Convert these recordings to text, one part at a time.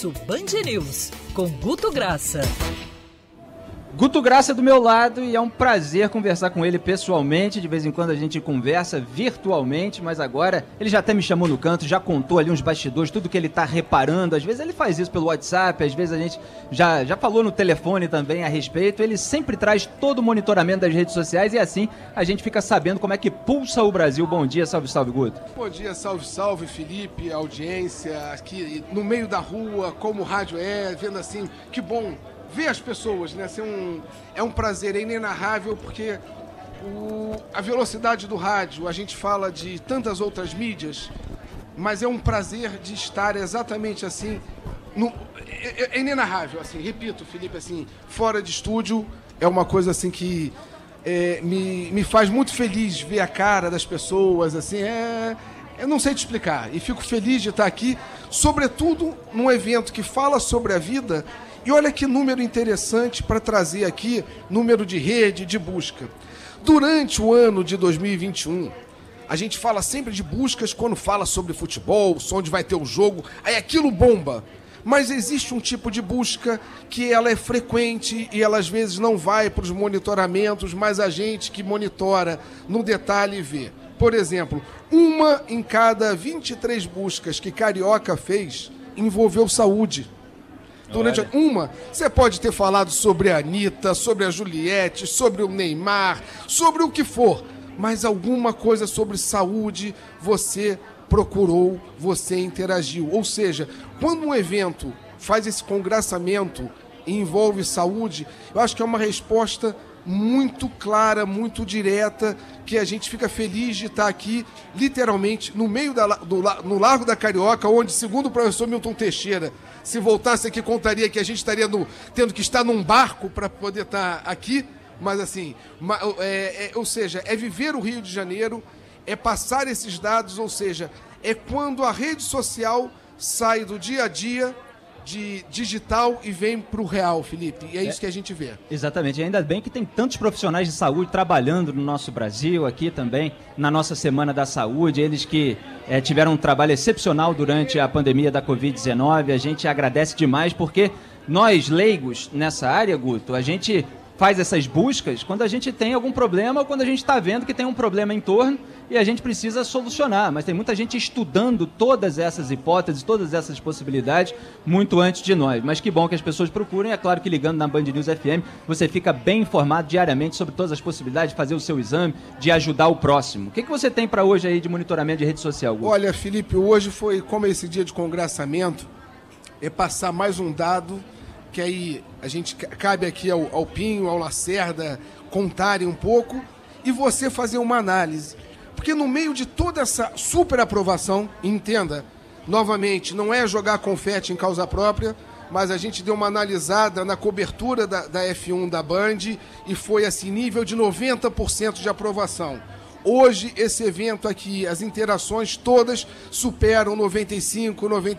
Almoço Band News, com Guto Graça. Guto Graça do meu lado e é um prazer conversar com ele pessoalmente. De vez em quando a gente conversa virtualmente, mas agora ele já até me chamou no canto, já contou ali uns bastidores, tudo que ele tá reparando. Às vezes ele faz isso pelo WhatsApp, às vezes a gente já falou no telefone também a respeito. Ele sempre traz todo o monitoramento das redes sociais e assim a gente fica sabendo como é que pulsa o Brasil. Bom dia, salve, salve, Guto. Bom dia, salve, salve, Felipe, audiência, aqui no meio da rua, como o rádio vendo assim, que bom ver as pessoas, né? É um prazer, é inenarrável, porque a velocidade do rádio, a gente fala de tantas outras mídias, mas é um prazer de estar exatamente assim, é inenarrável, assim, repito, Felipe, assim, fora de estúdio, é uma coisa assim que me faz muito feliz ver a cara das pessoas, assim, eu não sei te explicar, e fico feliz de estar aqui, sobretudo num evento que fala sobre a vida. E olha que número interessante para trazer aqui, número de rede, de busca. Durante o ano de 2021, a gente fala sempre de buscas quando fala sobre futebol, onde vai ter o jogo, aí aquilo bomba. Mas existe um tipo de busca que ela é frequente e ela às vezes não vai para os monitoramentos, mas a gente que monitora no detalhe vê. Por exemplo, uma em cada 23 buscas que Carioca fez envolveu saúde. Durante você pode ter falado sobre a Anitta, sobre a Juliette, sobre o Neymar, sobre o que for, mas alguma coisa sobre saúde você procurou, você interagiu. Ou seja, quando um evento faz esse congraçamento e envolve saúde, eu acho que é uma resposta muito clara, muito direta, que a gente fica feliz de estar aqui, literalmente, no meio no Largo da Carioca, onde, segundo o professor Milton Teixeira, se voltasse aqui, contaria que a gente estaria tendo que estar num barco para poder estar aqui, mas assim, ou seja, é viver o Rio de Janeiro, é passar esses dados, ou seja, é quando a rede social sai do dia a dia, de digital e vem para o real, Felipe. E é isso que a gente vê. Exatamente. E ainda bem que tem tantos profissionais de saúde trabalhando no nosso Brasil, aqui também, na nossa Semana da Saúde. Eles que tiveram um trabalho excepcional durante a pandemia da Covid-19. A gente agradece demais porque nós, leigos nessa área, Guto, a gente faz essas buscas quando a gente tem algum problema ou quando a gente está vendo que tem um problema em torno e a gente precisa solucionar. Mas tem muita gente estudando todas essas hipóteses, todas essas possibilidades muito antes de nós. Mas que bom que as pessoas procurem. É claro que ligando na Band News FM você fica bem informado diariamente sobre todas as possibilidades de fazer o seu exame, de ajudar o próximo. O que você tem para hoje aí de monitoramento de rede social, Guto? Olha, Felipe, hoje foi, como esse dia de congraçamento, é passar mais um dado que aí a gente cabe aqui ao Pinho, ao Lacerda, contarem um pouco e você fazer uma análise. Porque no meio de toda essa super aprovação, entenda, novamente, não é jogar confete em causa própria, mas a gente deu uma analisada na cobertura da F1 da Band e foi assim, nível de 90% de aprovação. Hoje, esse evento aqui, as interações todas superam 95%,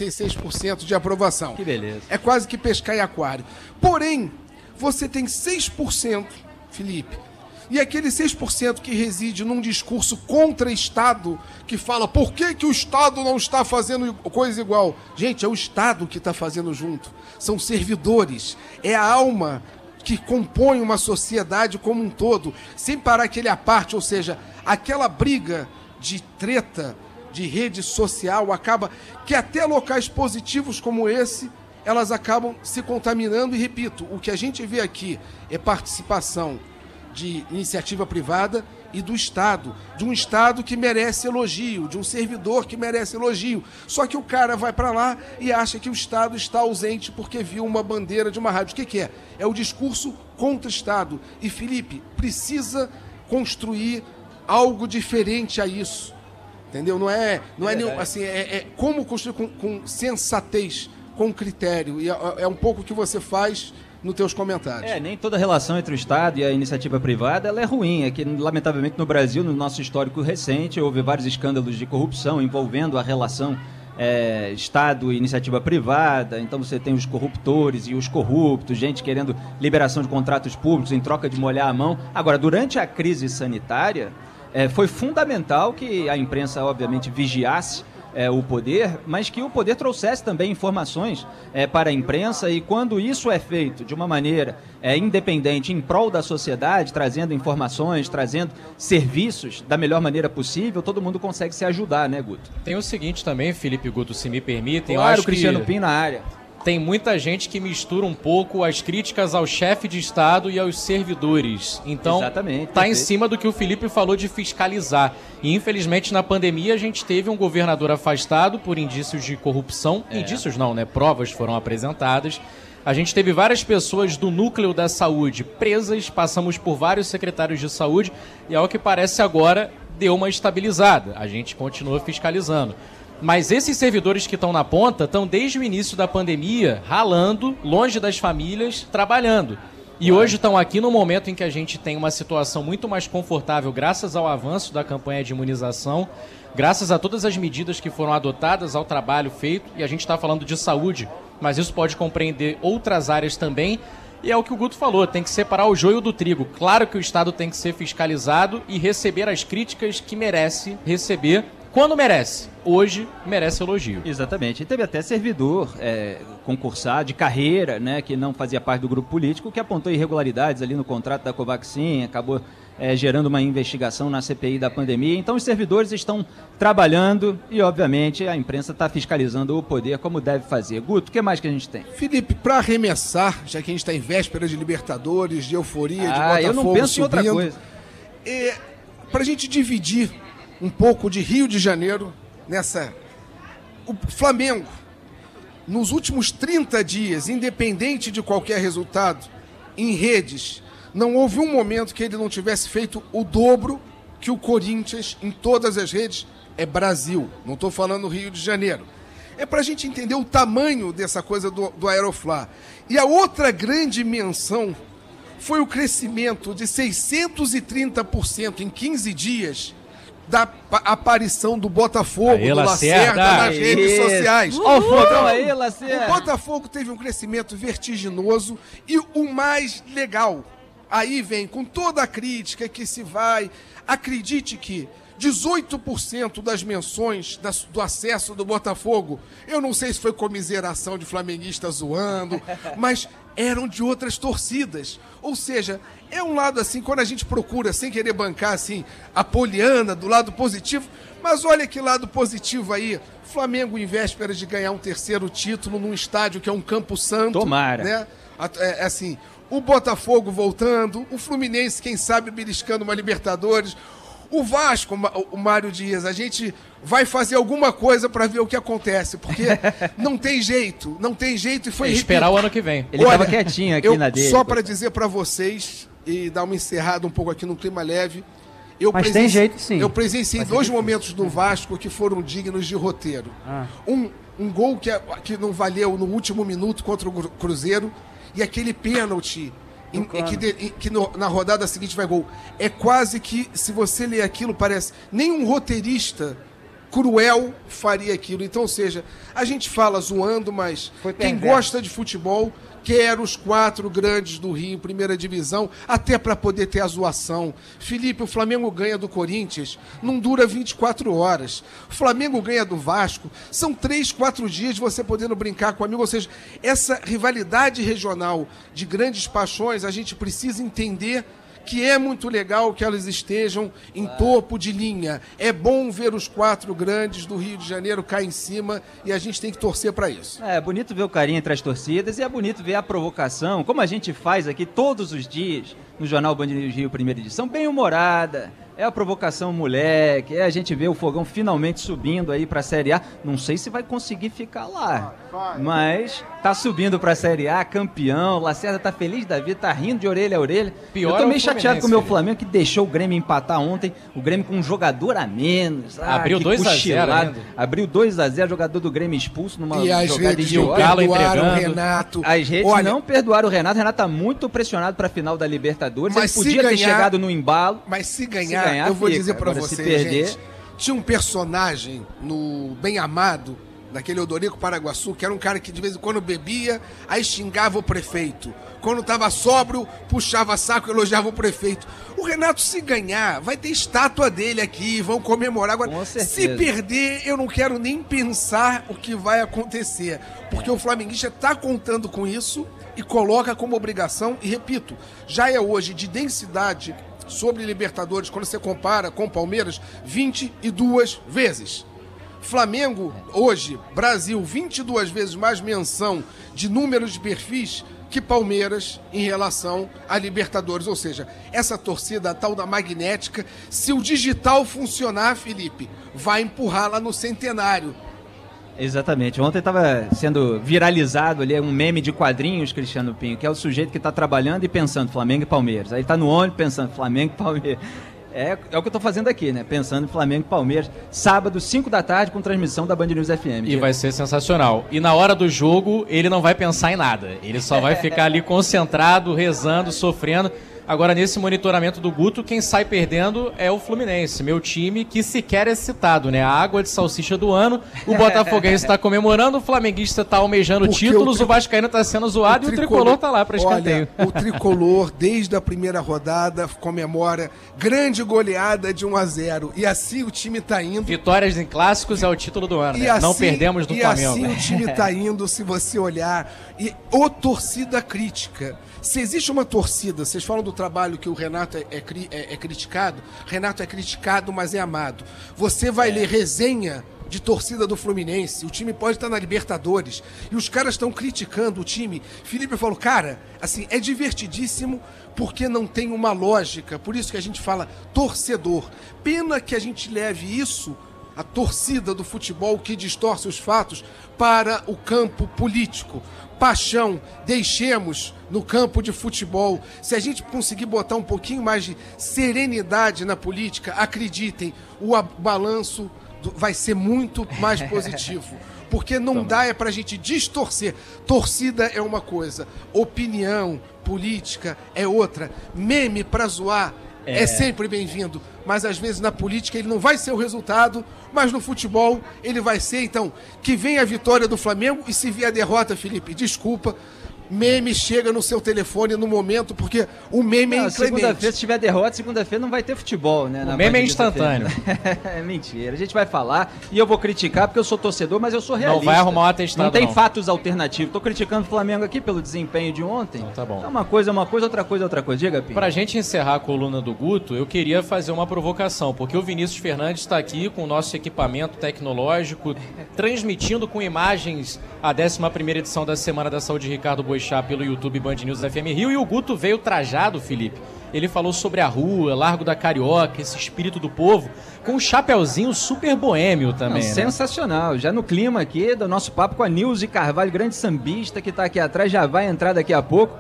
96% de aprovação. Que beleza. É quase que pescar em aquário. Porém, você tem 6%, Felipe, e aquele 6% que reside num discurso contra Estado, que fala por que o Estado não está fazendo coisa igual? Gente, é o Estado que está fazendo junto. São servidores, é a alma que compõe uma sociedade como um todo, sem parar aquele à parte, ou seja, aquela briga de treta, de rede social, acaba que até locais positivos como esse, elas acabam se contaminando. E repito, o que a gente vê aqui é participação de iniciativa privada e do Estado, de um Estado que merece elogio, de um servidor que merece elogio. Só que o cara vai para lá e acha que o Estado está ausente porque viu uma bandeira de uma rádio. O que é? É o discurso contra o Estado. E, Felipe, precisa construir algo diferente a isso. Entendeu? Não é assim, como construir com sensatez, com critério. E é um pouco o que você faz nos teus comentários. Nem toda relação entre o Estado e a iniciativa privada ela é ruim. É que, lamentavelmente, no Brasil, no nosso histórico recente, houve vários escândalos de corrupção envolvendo a relação Estado e iniciativa privada. Então você tem os corruptores e os corruptos, gente querendo liberação de contratos públicos em troca de molhar a mão. Agora, durante a crise sanitária, foi fundamental que a imprensa, obviamente, vigiasse o poder, mas que o poder trouxesse também informações para a imprensa, e quando isso é feito de uma maneira independente, em prol da sociedade, trazendo informações, trazendo serviços da melhor maneira possível, todo mundo consegue se ajudar, né, Guto? Tem o seguinte também, Felipe, Guto, se me permitem. Claro, eu acho Cristiano que Pim na área. tem muita gente que mistura um pouco as críticas ao chefe de Estado e aos servidores. Então, está em cima do que o Felipe falou de fiscalizar. E, infelizmente, na pandemia, a gente teve um governador afastado por indícios de corrupção. Indícios não, né? Provas foram apresentadas. A gente teve várias pessoas do núcleo da saúde presas, passamos por vários secretários de saúde e, ao que parece agora, deu uma estabilizada. A gente continua fiscalizando. Mas esses servidores que estão na ponta estão desde o início da pandemia ralando, longe das famílias, trabalhando. E hoje estão aqui no momento em que a gente tem uma situação muito mais confortável graças ao avanço da campanha de imunização, graças a todas as medidas que foram adotadas, ao trabalho feito, e a gente está falando de saúde, mas isso pode compreender outras áreas também. E é o que o Guto falou, tem que separar o joio do trigo. Claro que o Estado tem que ser fiscalizado e receber as críticas que merece receber, quando merece. Hoje merece elogio. Exatamente. E teve até servidor concursado de carreira, né, que não fazia parte do grupo político, que apontou irregularidades ali no contrato da Covaxin, acabou gerando uma investigação na CPI da pandemia. Então os servidores estão trabalhando e, obviamente, a imprensa está fiscalizando o poder como deve fazer. Guto, o que mais que a gente tem? Felipe, para arremessar, já que a gente está em véspera de Libertadores, de euforia, de Botafogo eu não penso subindo, em outra coisa. Para a gente dividir um pouco de Rio de Janeiro nessa... O Flamengo, nos últimos 30 dias, independente de qualquer resultado, em redes, não houve um momento que ele não tivesse feito o dobro que o Corinthians em todas as redes. É Brasil, não estou falando Rio de Janeiro. É para a gente entender o tamanho dessa coisa do Aeroflá. E a outra grande menção foi o crescimento de 630% em 15 dias da aparição do Botafogo, do Lacerda, nas redes sociais. Ó o fogão aí, Lacerda. O Botafogo teve um crescimento vertiginoso e o mais legal, aí vem com toda a crítica que se vai, acredite que 18% das menções do acesso do Botafogo, eu não sei se foi comiseração de flamenguistas zoando, mas eram de outras torcidas. Ou seja, é um lado assim, quando a gente procura, sem querer bancar assim, a poliana do lado positivo, mas olha que lado positivo aí. Flamengo em véspera de ganhar um terceiro título num estádio que é um Campo Santo. Tomara. Né? Assim, o Botafogo voltando, o Fluminense, quem sabe, beliscando uma Libertadores. O Vasco, o Mário Dias, a gente vai fazer alguma coisa para ver o que acontece, porque não tem jeito e foi... esperar o ano que vem. Ele estava quietinho aqui na dele. Só para dizer para vocês, e dar uma encerrada um pouco aqui no clima leve, tem jeito sim. Eu presenciei dois momentos do Vasco que foram dignos de roteiro. Um gol que não valeu no último minuto contra o Cruzeiro, e aquele pênalti... na rodada seguinte vai gol. É quase que, se você ler aquilo, parece... Nenhum roteirista cruel faria aquilo. Então, ou seja, a gente fala zoando, mas quem gosta de futebol quer os 4 grandes do Rio, primeira divisão, até para poder ter a zoação. Felipe, o Flamengo ganha do Corinthians, não dura 24 horas. O Flamengo ganha do Vasco, são 3, 4 dias de você podendo brincar com o amigo. Ou seja, essa rivalidade regional de grandes paixões, a gente precisa entender que é muito legal que elas estejam em topo de linha. É bom ver os 4 grandes do Rio de Janeiro cá em cima e a gente tem que torcer para isso. É bonito ver o carinho entre as torcidas e é bonito ver a provocação, como a gente faz aqui todos os dias no Jornal Band News Rio, primeira edição, bem humorada. É a provocação moleque, a gente vê o Fogão finalmente subindo aí pra Série A. Não sei se vai conseguir ficar lá, mas tá subindo pra Série A, campeão. Lacerda tá feliz da vida, tá rindo de orelha a orelha. Eu tô meio chateado com o meu Flamengo, que deixou o Grêmio empatar ontem. O Grêmio com um jogador a menos. Abriu 2-0. Abriu 2-0, jogador do Grêmio expulso numa jogada de o Galo entregando. Renato. As redes não perdoaram o Renato. O Renato tá muito pressionado pra final da Libertadores. Ele podia ter chegado no embalo. Mas se ganhar, eu vou dizer pra vocês, gente, tinha um personagem no Bem Amado, naquele Odorico Paraguaçu, que era um cara que de vez em quando bebia, aí xingava o prefeito. Quando estava sóbrio, puxava saco e elogiava o prefeito. O Renato, se ganhar, vai ter estátua dele aqui, vão comemorar. Agora, se perder, eu não quero nem pensar o que vai acontecer. Porque o flamenguista está contando com isso e coloca como obrigação, e repito, já é hoje de densidade sobre Libertadores, quando você compara com Palmeiras, 22 vezes. Flamengo, hoje, Brasil, 22 vezes mais menção de números de perfis que Palmeiras em relação a Libertadores. Ou seja, essa torcida, a tal da magnética, se o digital funcionar, Felipe, vai empurrar lá no centenário. Exatamente. Ontem estava sendo viralizado ali um meme de quadrinhos, Cristiano Pinho, que é o sujeito que está trabalhando e pensando Flamengo e Palmeiras. Aí está no ônibus pensando Flamengo e Palmeiras. É o que eu tô fazendo aqui, né? Pensando em Flamengo e Palmeiras. Sábado, 5 da tarde, com transmissão da Band News FM. E vai ser sensacional. E na hora do jogo, ele não vai pensar em nada. Ele só vai ficar ali concentrado, rezando, sofrendo. Agora, nesse monitoramento do Guto, quem sai perdendo é o Fluminense, meu time, que sequer é citado, né? A água de salsicha do ano, o Botafoguense está comemorando, o flamenguista está almejando títulos, o vascaíno está sendo zoado e o tricolor está lá para escanteio. Olha, o tricolor, desde a primeira rodada, comemora grande goleada de 1-0. E assim o time está indo. Vitórias em clássicos é o título do ano, né? Assim, não perdemos do Flamengo. E assim o time está indo, se você olhar. E torcida crítica. Se existe uma torcida, vocês falam do trabalho que o Renato é criticado, Renato é criticado, mas é amado. Você vai ler resenha de torcida do Fluminense, o time pode estar na Libertadores, e os caras estão criticando o time. Felipe falou, cara, assim, é divertidíssimo porque não tem uma lógica, por isso que a gente fala torcedor. Pena que a gente leve isso, a torcida do futebol que distorce os fatos, para o campo político. Paixão, deixemos no campo de futebol. Se a gente conseguir botar um pouquinho mais de serenidade na política, acreditem, o balanço vai ser muito mais positivo. Porque não dá pra gente distorcer. Torcida é uma coisa, opinião política é outra. Meme pra zoar é sempre bem-vindo, mas às vezes na política ele não vai ser o resultado, mas no futebol ele vai ser. Então, que venha a vitória do Flamengo, e se vier a derrota, Felipe, desculpa, meme chega no seu telefone no momento, porque o meme é inclemente. Segunda-feira, se tiver derrota, segunda-feira não vai ter futebol, né? O meme é instantâneo. É mentira. A gente vai falar e eu vou criticar porque eu sou torcedor, mas eu sou realista. Não vai arrumar um atestado, não tem fatos alternativos. Tô criticando o Flamengo aqui pelo desempenho de ontem. Então, tá bom. Então, uma coisa, outra coisa. Diga, Pinho. Pra gente encerrar a coluna do Guto, eu queria fazer uma provocação, porque o Vinícius Fernandes está aqui com o nosso equipamento tecnológico, transmitindo com imagens a 11ª edição da Semana da Saúde Ricardo Boixá pelo YouTube Band News FM Rio, e o Guto veio trajado, Felipe. Ele falou sobre a rua, Largo da Carioca, esse espírito do povo, com um chapeuzinho super boêmio também. Né? Sensacional. Já no clima aqui do nosso papo com a Nilce Carvalho, grande sambista que está aqui atrás, já vai entrar daqui a pouco.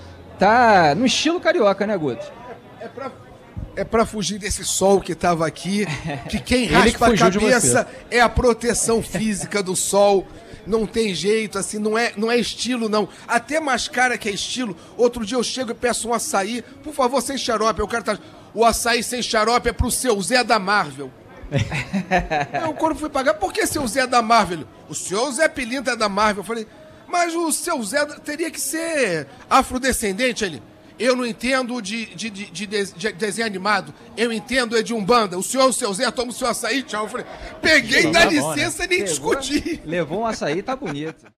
Tá no estilo carioca, né, Guto? É pra fugir desse sol que tava aqui, que quem raspa a cabeça é a proteção física do sol. Não tem jeito, assim, não é estilo, não. Até mascara que é estilo. Outro dia eu chego e peço um açaí, por favor, sem xarope. O açaí sem xarope é pro seu Zé da Marvel. Eu, quando fui pagar, por que seu Zé da Marvel? O seu Zé Pilintra é da Marvel. Eu falei, mas o seu Zé teria que ser afrodescendente. Ele, eu não entendo de desenho animado, eu entendo de Umbanda. O seu Zé, toma o seu açaí, tchau. Eu falei, peguei, dá licença, nem discuti. Levou um açaí, tá bonito.